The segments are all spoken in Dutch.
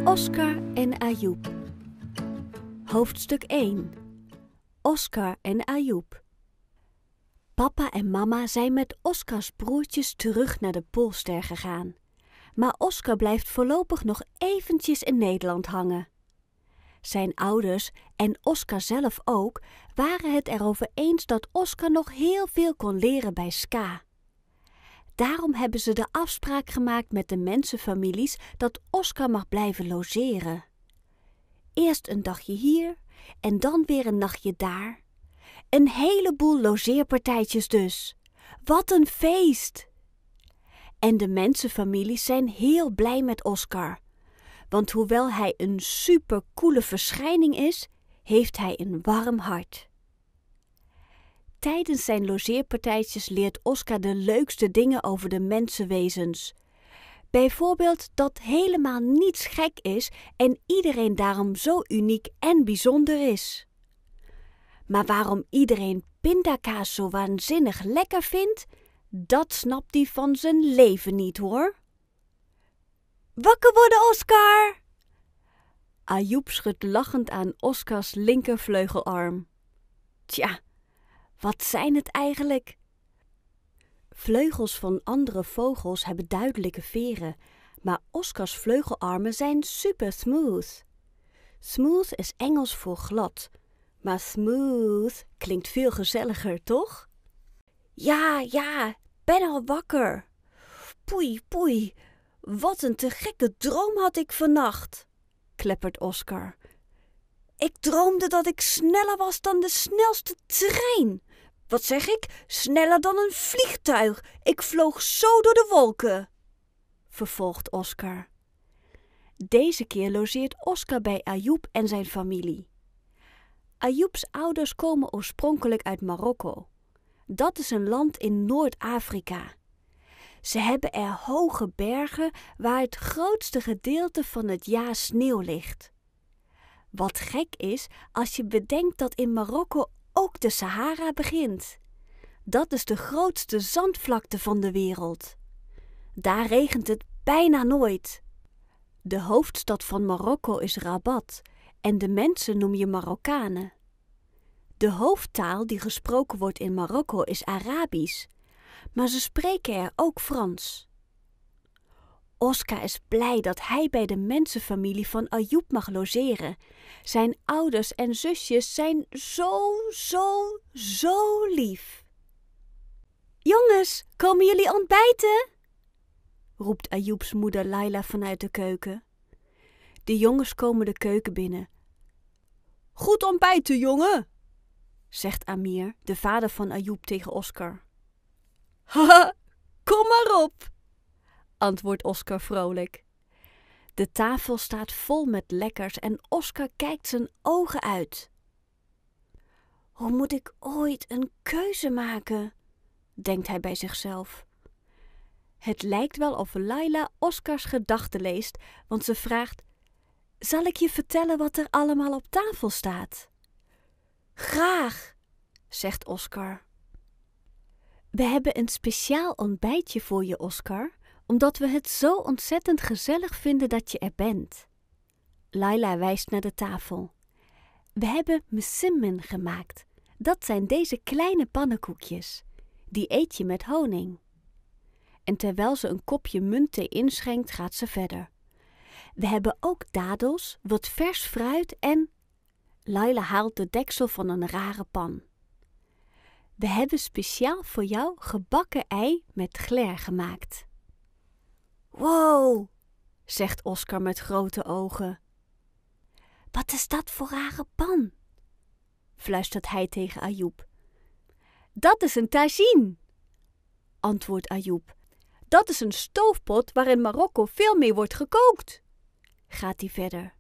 Oscar en Ayoub. Hoofdstuk 1. Oscar en Ayoub. Papa en mama zijn met Oscars broertjes terug naar de Poolster gegaan. Maar Oscar blijft voorlopig nog eventjes in Nederland hangen. Zijn ouders en Oscar zelf ook waren het erover eens dat Oscar nog heel veel kon leren bij Ska. Daarom hebben ze de afspraak gemaakt met de mensenfamilies dat Oscar mag blijven logeren. Eerst een dagje hier en dan weer een nachtje daar. Een heleboel logeerpartijtjes dus. Wat een feest! En de mensenfamilies zijn heel blij met Oscar. Want hoewel hij een supercoole verschijning is, heeft hij een warm hart. Tijdens zijn logeerpartijtjes leert Oscar de leukste dingen over de mensenwezens. Bijvoorbeeld dat helemaal niets gek is en iedereen daarom zo uniek en bijzonder is. Maar waarom iedereen pindakaas zo waanzinnig lekker vindt, dat snapt hij van zijn leven niet, hoor. Wakker worden, Oscar! Ayoub schudt lachend aan Oscars linkervleugelarm. Tja, wat zijn het eigenlijk? Vleugels van andere vogels hebben duidelijke veren, maar Oscars vleugelarmen zijn super smooth. Smooth is Engels voor glad, maar smooth klinkt veel gezelliger, toch? Ja, ben al wakker. Poei, wat een te gekke droom had ik vannacht, kleppert Oscar. Ik droomde dat ik sneller was dan de snelste trein. Wat zeg ik? Sneller dan een vliegtuig. Ik vloog zo door de wolken, vervolgt Oscar. Deze keer logeert Oscar bij Ayoub en zijn familie. Ayoubs ouders komen oorspronkelijk uit Marokko. Dat is een land in Noord-Afrika. Ze hebben er hoge bergen waar het grootste gedeelte van het jaar sneeuw ligt. Wat gek is als je bedenkt dat in Marokko ook de Sahara begint. Dat is de grootste zandvlakte van de wereld. Daar regent het bijna nooit. De hoofdstad van Marokko is Rabat en de mensen noem je Marokkanen. De hoofdtaal die gesproken wordt in Marokko is Arabisch, maar ze spreken er ook Frans. Oscar is blij dat hij bij de mensenfamilie van Ayoub mag logeren. Zijn ouders en zusjes zijn zo lief. Jongens, komen jullie ontbijten? Roept Ayoubs moeder Laila vanuit de keuken. De jongens komen de keuken binnen. Goed ontbijten, jongen, zegt Amir, de vader van Ayoub, tegen Oscar. Haha, kom maar op, antwoordt Oscar vrolijk. De tafel staat vol met lekkers en Oscar kijkt zijn ogen uit. Hoe moet ik ooit een keuze maken? Denkt hij bij zichzelf. Het lijkt wel of Laila Oscars gedachten leest, want ze vraagt: zal ik je vertellen wat er allemaal op tafel staat? Graag, zegt Oscar. We hebben een speciaal ontbijtje voor je, Oscar, omdat we het zo ontzettend gezellig vinden dat je er bent. Laila wijst naar de tafel. We hebben msimmen gemaakt. Dat zijn deze kleine pannenkoekjes. Die eet je met honing. En terwijl ze een kopje muntthee inschenkt, gaat ze verder. We hebben ook dadels, wat vers fruit en... Laila haalt de deksel van een rare pan. We hebben speciaal voor jou gebakken ei met glaire gemaakt. Wow, zegt Oscar met grote ogen. Wat is dat voor rare pan? Fluistert hij tegen Ayoub. Dat is een tagine, antwoordt Ayoub. Dat is een stoofpot waar in Marokko veel mee wordt gekookt, gaat hij verder.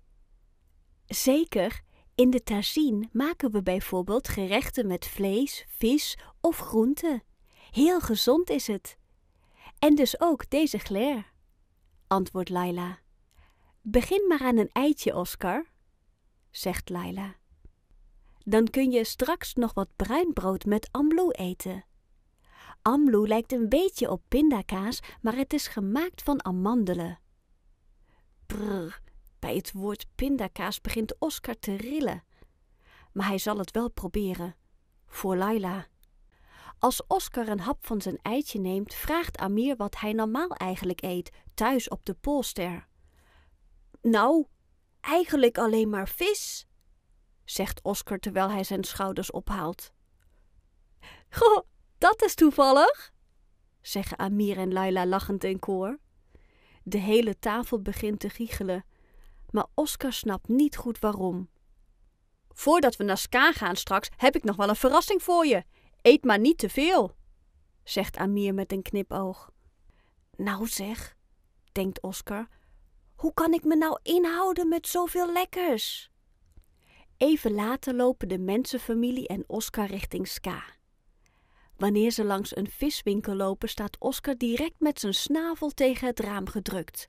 Zeker, in de tagine maken we bijvoorbeeld gerechten met vlees, vis of groenten. Heel gezond is het. En dus ook deze glaire, antwoordt Laila. Begin maar aan een eitje, Oscar, zegt Laila. Dan kun je straks nog wat bruin brood met amloe eten. Amloe lijkt een beetje op pindakaas, maar het is gemaakt van amandelen. Brrr, Bij het woord pindakaas begint Oscar te rillen. Maar hij zal het wel proberen. Voor Layla. Als Oscar een hap van zijn eitje neemt, vraagt Amir wat hij normaal eigenlijk eet, thuis op de Poolster. Nou, eigenlijk alleen maar vis, zegt Oscar terwijl hij zijn schouders ophaalt. Goh, dat is toevallig, zeggen Amir en Layla lachend in koor. De hele tafel begint te giechelen, maar Oscar snapt niet goed waarom. Voordat we naar Ska gaan straks, heb ik nog wel een verrassing voor je. Eet maar niet te veel, zegt Amir met een knipoog. Nou zeg, denkt Oscar, hoe kan ik me nou inhouden met zoveel lekkers? Even later lopen de mensenfamilie en Oscar richting Ska. Wanneer ze langs een viswinkel lopen, staat Oscar direct met zijn snavel tegen het raam gedrukt.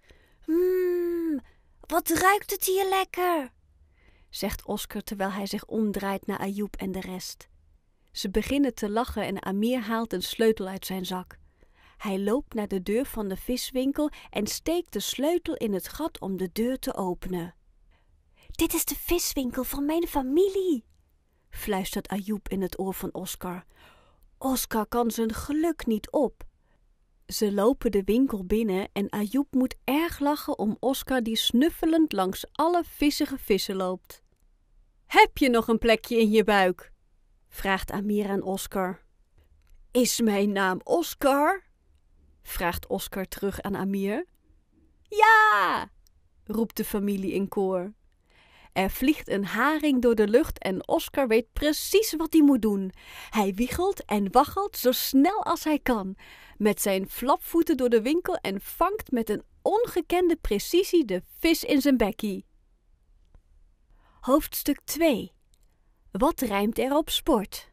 Wat ruikt het hier lekker, zegt Oscar terwijl hij zich omdraait naar Ayoub en de rest. Ze beginnen te lachen en Amir haalt een sleutel uit zijn zak. Hij loopt naar de deur van de viswinkel en steekt de sleutel in het gat om de deur te openen. Dit is de viswinkel van mijn familie, fluistert Ayoub in het oor van Oscar. Oscar kan zijn geluk niet op. Ze lopen de winkel binnen en Ayoub moet erg lachen om Oscar die snuffelend langs alle vissige vissen loopt. Heb je nog een plekje in je buik? Vraagt Amir aan Oscar. Is mijn naam Oscar? Vraagt Oscar terug aan Amir. Ja, roept de familie in koor. Er vliegt een haring door de lucht en Oscar weet precies wat hij moet doen. Hij wiegelt en waggelt zo snel als hij kan, met zijn flapvoeten door de winkel en vangt met een ongekende precisie de vis in zijn bekkie. Hoofdstuk 2. Wat rijmt er op sport?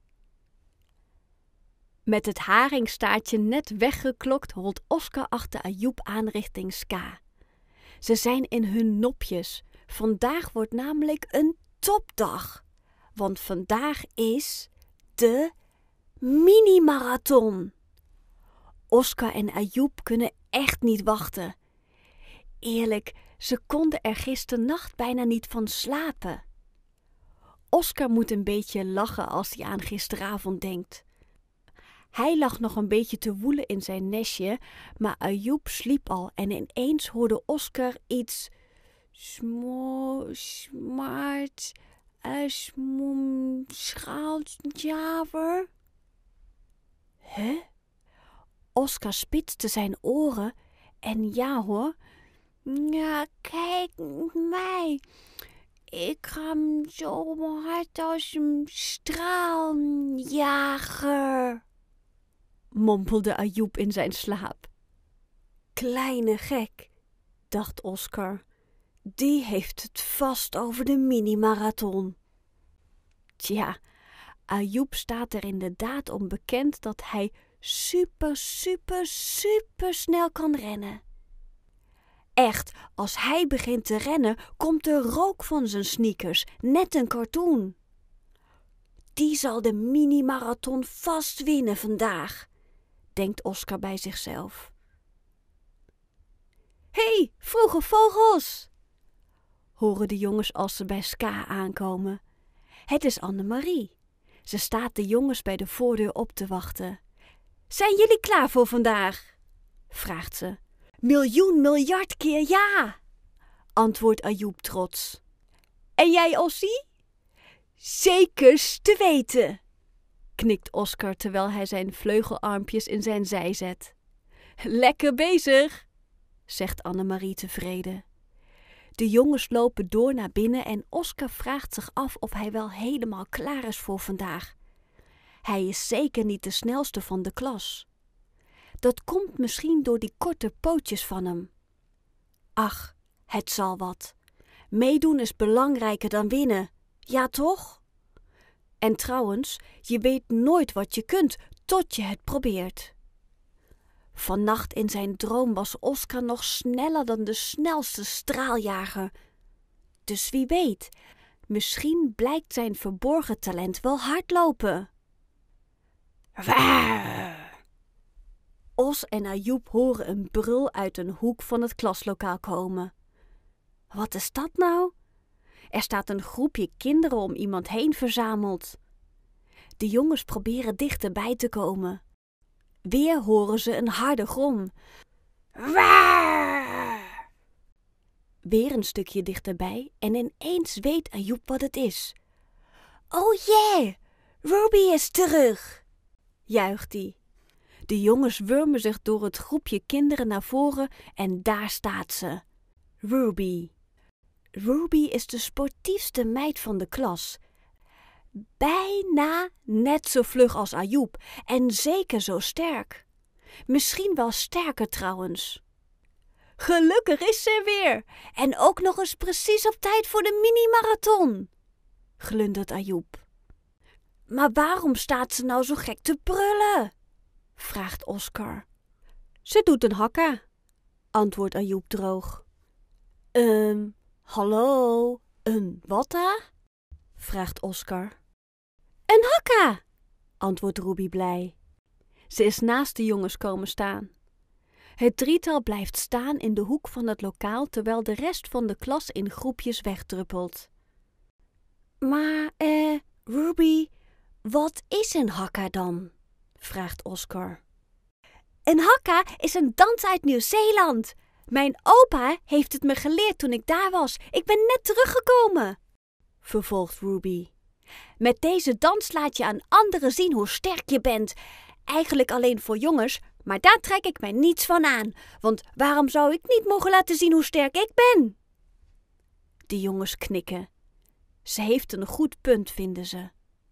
Met het haringstaartje net weggeklokt holt Oscar achter Ayoub aan richting Ska. Ze zijn in hun nopjes. Vandaag wordt namelijk een topdag. Want vandaag is de mini-marathon. Oscar en Ayoub kunnen echt niet wachten. Eerlijk, ze konden er gisternacht bijna niet van slapen. Oscar moet een beetje lachen als hij aan gisteravond denkt. Hij lag nog een beetje te woelen in zijn nestje, maar Ayoub sliep al en ineens hoorde Oscar iets smart, schaaljaver. Hè? Oscar spitste zijn oren en ja hoor. Ja, kijk mij. Ik ga hem zo hard als een straaljager, mompelde Ayoub in zijn slaap. Kleine gek, dacht Oscar. Die heeft het vast over de mini-marathon. Tja, Ayoub staat er inderdaad om bekend dat hij super snel kan rennen. Echt, als hij begint te rennen, komt er rook van zijn sneakers, net een cartoon. Die zal de mini-marathon vast winnen vandaag, denkt Oscar bij zichzelf. Hé, vroege vogels! Horen de jongens als ze bij Ska aankomen. Het is Annemarie. Ze staat de jongens bij de voordeur op te wachten. Zijn jullie klaar voor vandaag? Vraagt ze. Miljard keer ja, antwoordt Ayoub trots. En jij, Ossie? Zekers te weten, knikt Oscar terwijl hij zijn vleugelarmpjes in zijn zij zet. Lekker bezig, zegt Annemarie tevreden. De jongens lopen door naar binnen en Oscar vraagt zich af of hij wel helemaal klaar is voor vandaag. Hij is zeker niet de snelste van de klas. Dat komt misschien door die korte pootjes van hem. Ach, het zal wat. Meedoen is belangrijker dan winnen. Ja, toch? En trouwens, je weet nooit wat je kunt tot je het probeert. Vannacht in zijn droom was Oscar nog sneller dan de snelste straaljager. Dus wie weet, misschien blijkt zijn verborgen talent wel hardlopen. Waar! Os en Ayoub horen een brul uit een hoek van het klaslokaal komen. Wat is dat nou? Er staat een groepje kinderen om iemand heen verzameld. De jongens proberen dichterbij te komen. Weer horen ze een harde grom. Waar! Weer een stukje dichterbij en ineens weet Ayoub wat het is. Oh yeah, Ruby is terug, juicht hij. De jongens wurmen zich door het groepje kinderen naar voren en daar staat ze. Ruby. Ruby is de sportiefste meid van de klas. Bijna net zo vlug als Ayoub en zeker zo sterk. Misschien wel sterker trouwens. Gelukkig is ze er weer en ook nog eens precies op tijd voor de mini-marathon, glundert Ayoub. Maar waarom staat ze nou zo gek te brullen? Vraagt Oscar. Ze doet een hakka, antwoordt Ayoub droog. Hallo, een watta? Vraagt Oscar. Een hakka, antwoordt Ruby blij. Ze is naast de jongens komen staan. Het drietal blijft staan in de hoek van het lokaal terwijl de rest van de klas in groepjes wegdruppelt. Maar, Ruby, wat is een hakka dan? Vraagt Oscar. Een hakka is een dans uit Nieuw-Zeeland. Mijn opa heeft het me geleerd toen ik daar was. Ik ben net teruggekomen, vervolgt Ruby. Met deze dans laat je aan anderen zien hoe sterk je bent. Eigenlijk alleen voor jongens, maar daar trek ik mij niets van aan. Want waarom zou ik niet mogen laten zien hoe sterk ik ben? De jongens knikken. Ze heeft een goed punt, vinden ze.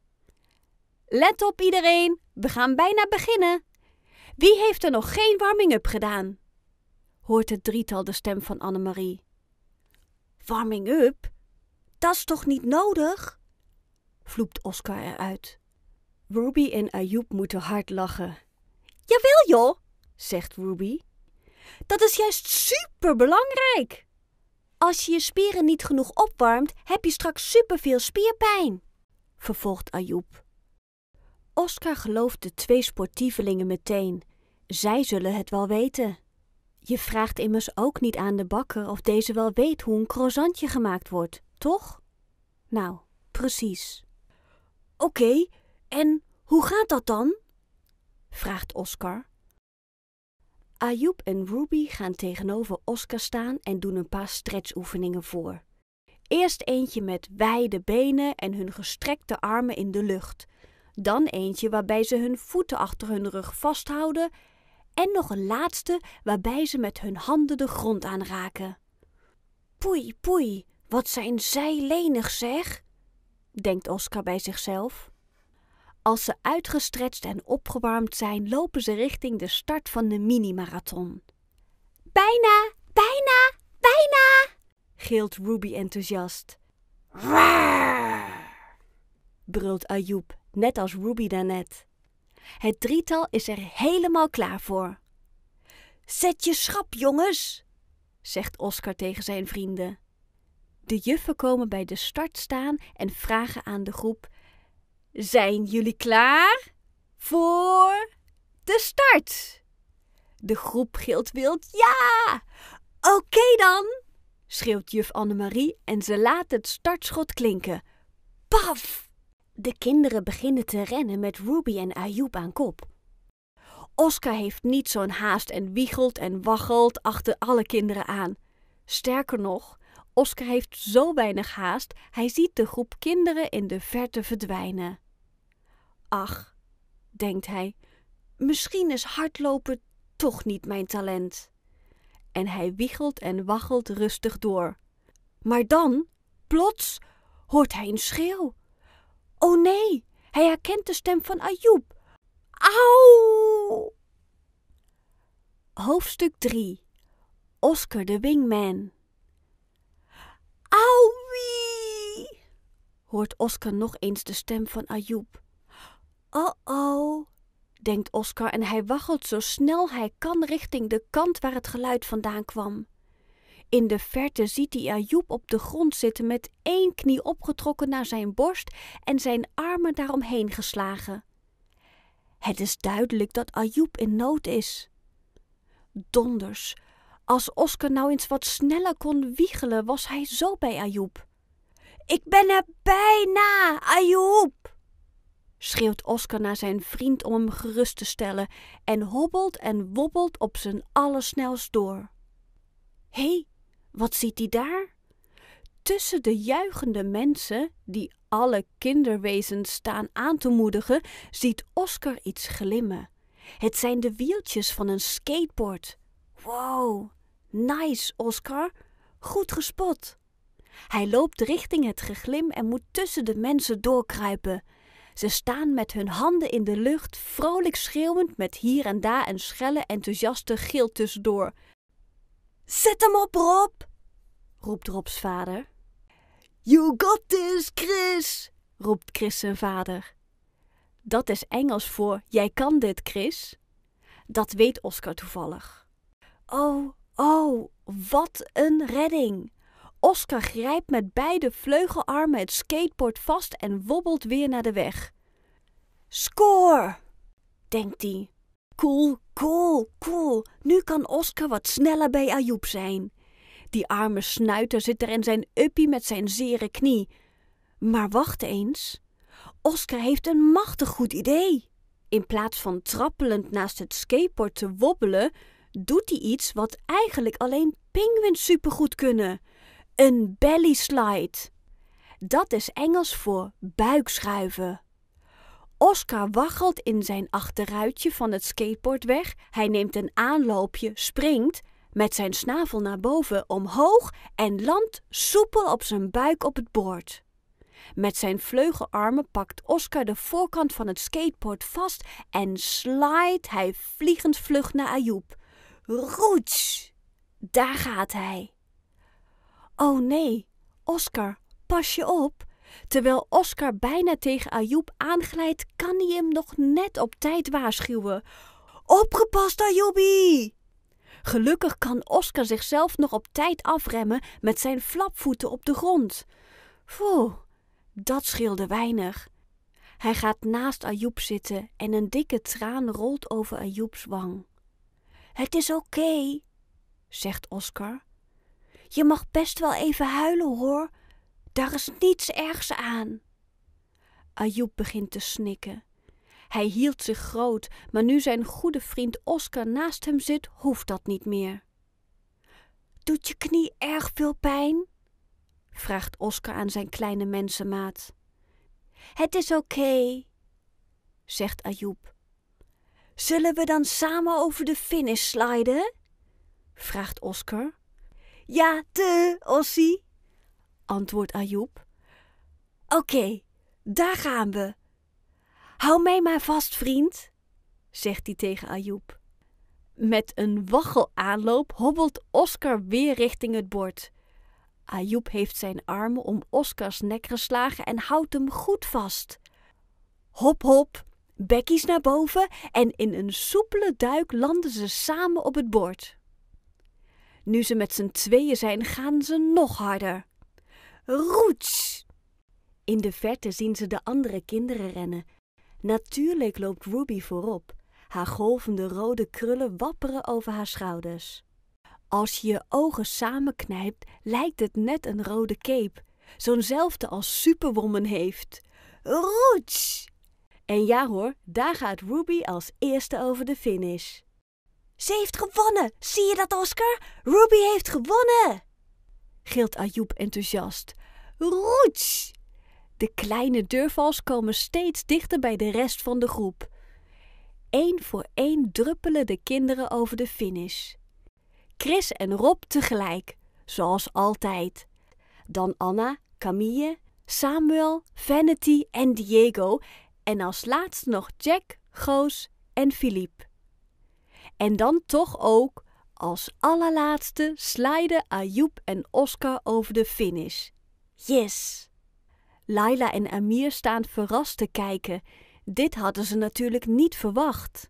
Let op iedereen, we gaan bijna beginnen. Wie heeft er nog geen warming-up gedaan? Hoort het drietal de stem van Annemarie. Warming-up? Dat is toch niet nodig? Vloept Oscar eruit. Ruby en Ayoub moeten hard lachen. Jawel joh, zegt Ruby. Dat is juist superbelangrijk. Als je je spieren niet genoeg opwarmt, heb je straks superveel spierpijn, vervolgt Ayoub. Oscar gelooft de twee sportievelingen meteen. Zij zullen het wel weten. Je vraagt immers ook niet aan de bakker of deze wel weet hoe een croissantje gemaakt wordt, toch? Nou, precies. Oké, en hoe gaat dat dan? Vraagt Oscar. Ayoub en Ruby gaan tegenover Oscar staan en doen een paar stretchoefeningen voor. Eerst eentje met wijde benen en hun gestrekte armen in de lucht. Dan eentje waarbij ze hun voeten achter hun rug vasthouden. En nog een laatste waarbij ze met hun handen de grond aanraken. Poei, poei, wat zijn zij lenig zeg, denkt Oscar bij zichzelf. Als ze uitgestretcht en opgewarmd zijn, lopen ze richting de start van de mini-marathon. Bijna, bijna, bijna, gilt Ruby enthousiast. Waar, brult Ayoub, net als Ruby daarnet. Het drietal is er helemaal klaar voor. Zet je schrap, jongens, zegt Oscar tegen zijn vrienden. De juffen komen bij de start staan en vragen aan de groep: zijn jullie klaar voor de start? De groep gilt wild ja! Oké dan, schreeuwt juf Annemarie en ze laat het startschot klinken. Paf! De kinderen beginnen te rennen met Ruby en Ayoub aan kop. Oscar heeft niet zo'n haast en wiegelt en waggelt achter alle kinderen aan. Sterker nog, Oscar heeft zo weinig haast, hij ziet de groep kinderen in de verte verdwijnen. Ach, denkt hij, misschien is hardlopen toch niet mijn talent. En hij wiegelt en waggelt rustig door. Maar dan, plots, hoort hij een schreeuw. Oh nee, hij herkent de stem van Ayoub. Auw! Hoofdstuk 3. Oscar de Wingman. Auwie! Hoort Oscar nog eens de stem van Ayoub. Oh, denkt Oscar en hij waggelt zo snel hij kan richting de kant waar het geluid vandaan kwam. In de verte ziet hij Ayoub op de grond zitten met één knie opgetrokken naar zijn borst en zijn armen daaromheen geslagen. Het is duidelijk dat Ayoub in nood is. Donders, Als Oscar nou eens wat sneller kon wiegelen, was hij zo bij Ayoub. Ik ben er bijna, Ayoub! Schreeuwt Oscar naar zijn vriend om hem gerust te stellen en hobbelt en wobbelt op zijn allersnelst door. Hé, wat ziet hij daar? Tussen de juichende mensen, die alle kinderwezens staan aan te moedigen, ziet Oscar iets glimmen. Het zijn de wieltjes van een skateboard. Wow, nice, Oscar. Goed gespot. Hij loopt richting het geglim en moet tussen de mensen doorkruipen. Ze staan met hun handen in de lucht, vrolijk schreeuwend met hier en daar een schelle, enthousiaste gil tussendoor. Zet hem op, Rob, roept Robs vader. You got this, Chris, roept Chris zijn vader. Dat is Engels voor jij kan dit, Chris. Dat weet Oscar toevallig. Oh, wat een redding. Oscar grijpt met beide vleugelarmen het skateboard vast en wobbelt weer naar de weg. Score, denkt hij. Cool. Nu kan Oscar wat sneller bij Ayoub zijn. Die arme snuiter zit er in zijn uppie met zijn zere knie. Maar wacht eens. Oscar heeft een machtig goed idee. In plaats van trappelend naast het skateboard te wobbelen, doet hij iets wat eigenlijk alleen pinguïns supergoed kunnen. Een belly slide. Dat is Engels voor buikschuiven. Oscar waggelt in zijn achteruitje van het skateboard weg. Hij neemt een aanloopje, springt met zijn snavel naar boven omhoog en landt soepel op zijn buik op het bord. Met zijn vleugelarmen pakt Oscar de voorkant van het skateboard vast en slijt hij vliegend vlug naar Ayoub. Roets! Daar gaat hij. Oh nee, Oscar, pas je op. Terwijl Oscar bijna tegen Ayoub aanglijdt, kan hij hem nog net op tijd waarschuwen. Opgepast, Ayoubie! Gelukkig kan Oscar zichzelf nog op tijd afremmen met zijn flapvoeten op de grond. Dat scheelde weinig. Hij gaat naast Ayoub zitten en een dikke traan rolt over Ayoubs wang. Het is oké, zegt Oscar. Je mag best wel even huilen, hoor. Daar is niets ergs aan. Ayoub begint te snikken. Hij hield zich groot, maar nu zijn goede vriend Oscar naast hem zit, hoeft dat niet meer. Doet je knie erg veel pijn? Vraagt Oscar aan zijn kleine mensenmaat. Het is oké, zegt Ayoub. Zullen we dan samen over de finish sliden? Vraagt Oscar. Ja, Ossie, antwoordt Ayoub. Oké, daar gaan we. Hou mij maar vast, vriend, zegt hij tegen Ayoub. Met een waggelaanloop hobbelt Oscar weer richting het bord. Ayoub heeft zijn armen om Oscars nek geslagen en houdt hem goed vast. Hop, hop, bekkies naar boven en in een soepele duik landen ze samen op het bord. Nu ze met z'n tweeën zijn, gaan ze nog harder. Roets! In de verte zien ze de andere kinderen rennen. Natuurlijk loopt Ruby voorop. Haar golvende rode krullen wapperen over haar schouders. Als je je ogen samenknijpt, lijkt het net een rode cape. Zo'nzelfde als Superwoman heeft. Roets! En ja hoor, daar gaat Ruby als eerste over de finish. Ze heeft gewonnen! Zie je dat, Oscar? Ruby heeft gewonnen! Gilt Ayoub enthousiast. Roets! De kleine deurvals komen steeds dichter bij de rest van de groep. 1 voor 1 druppelen de kinderen over de finish. Chris en Rob tegelijk, zoals altijd. Dan Anna, Camille, Samuel, Vanity en Diego en als laatste nog Jack, Goos en Philippe. En dan toch ook, als allerlaatste, sliden Ayoub en Oscar over de finish. Yes! Laila en Amir staan verrast te kijken. Dit hadden ze natuurlijk niet verwacht.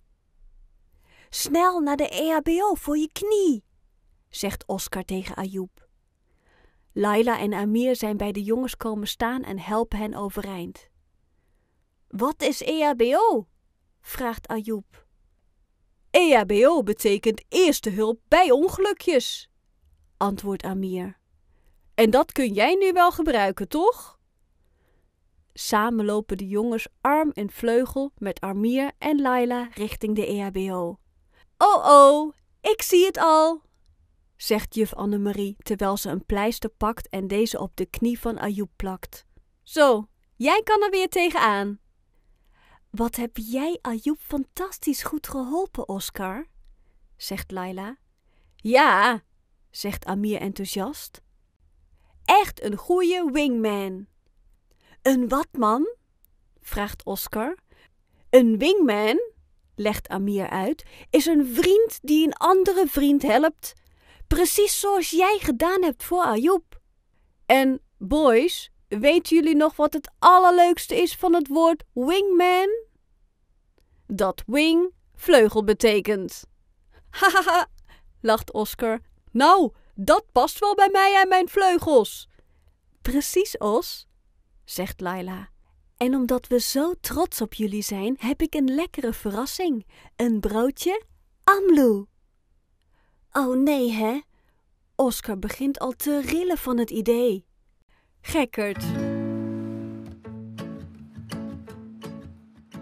Snel naar de EHBO voor je knie, zegt Oscar tegen Ayoub. Laila en Amir zijn bij de jongens komen staan en helpen hen overeind. Wat is EHBO? Vraagt Ayoub. EHBO betekent eerste hulp bij ongelukjes, antwoordt Amir. En dat kun jij nu wel gebruiken, toch? Samen lopen de jongens arm in vleugel met Amir en Laila richting de EHBO. Oh, ik zie het al, zegt juf Annemarie terwijl ze een pleister pakt en deze op de knie van Ayoub plakt. Zo, jij kan er weer tegenaan. Wat heb jij Ayoub fantastisch goed geholpen, Oscar, zegt Laila. Ja, zegt Amir enthousiast. Echt een goeie wingman. Een wat, man? Vraagt Oscar. Een wingman, legt Amir uit, is een vriend die een andere vriend helpt. Precies zoals jij gedaan hebt voor Ayoub. En, boys, weten jullie nog wat het allerleukste is van het woord wingman? Dat wing vleugel betekent. Hahaha, lacht Oscar. Nou, dat past wel bij mij en mijn vleugels. Precies, Os, zegt Laila. En omdat we zo trots op jullie zijn, heb ik een lekkere verrassing. Een broodje Amlu. Oh nee, hè? Oscar begint al te rillen van het idee. Gekkerd.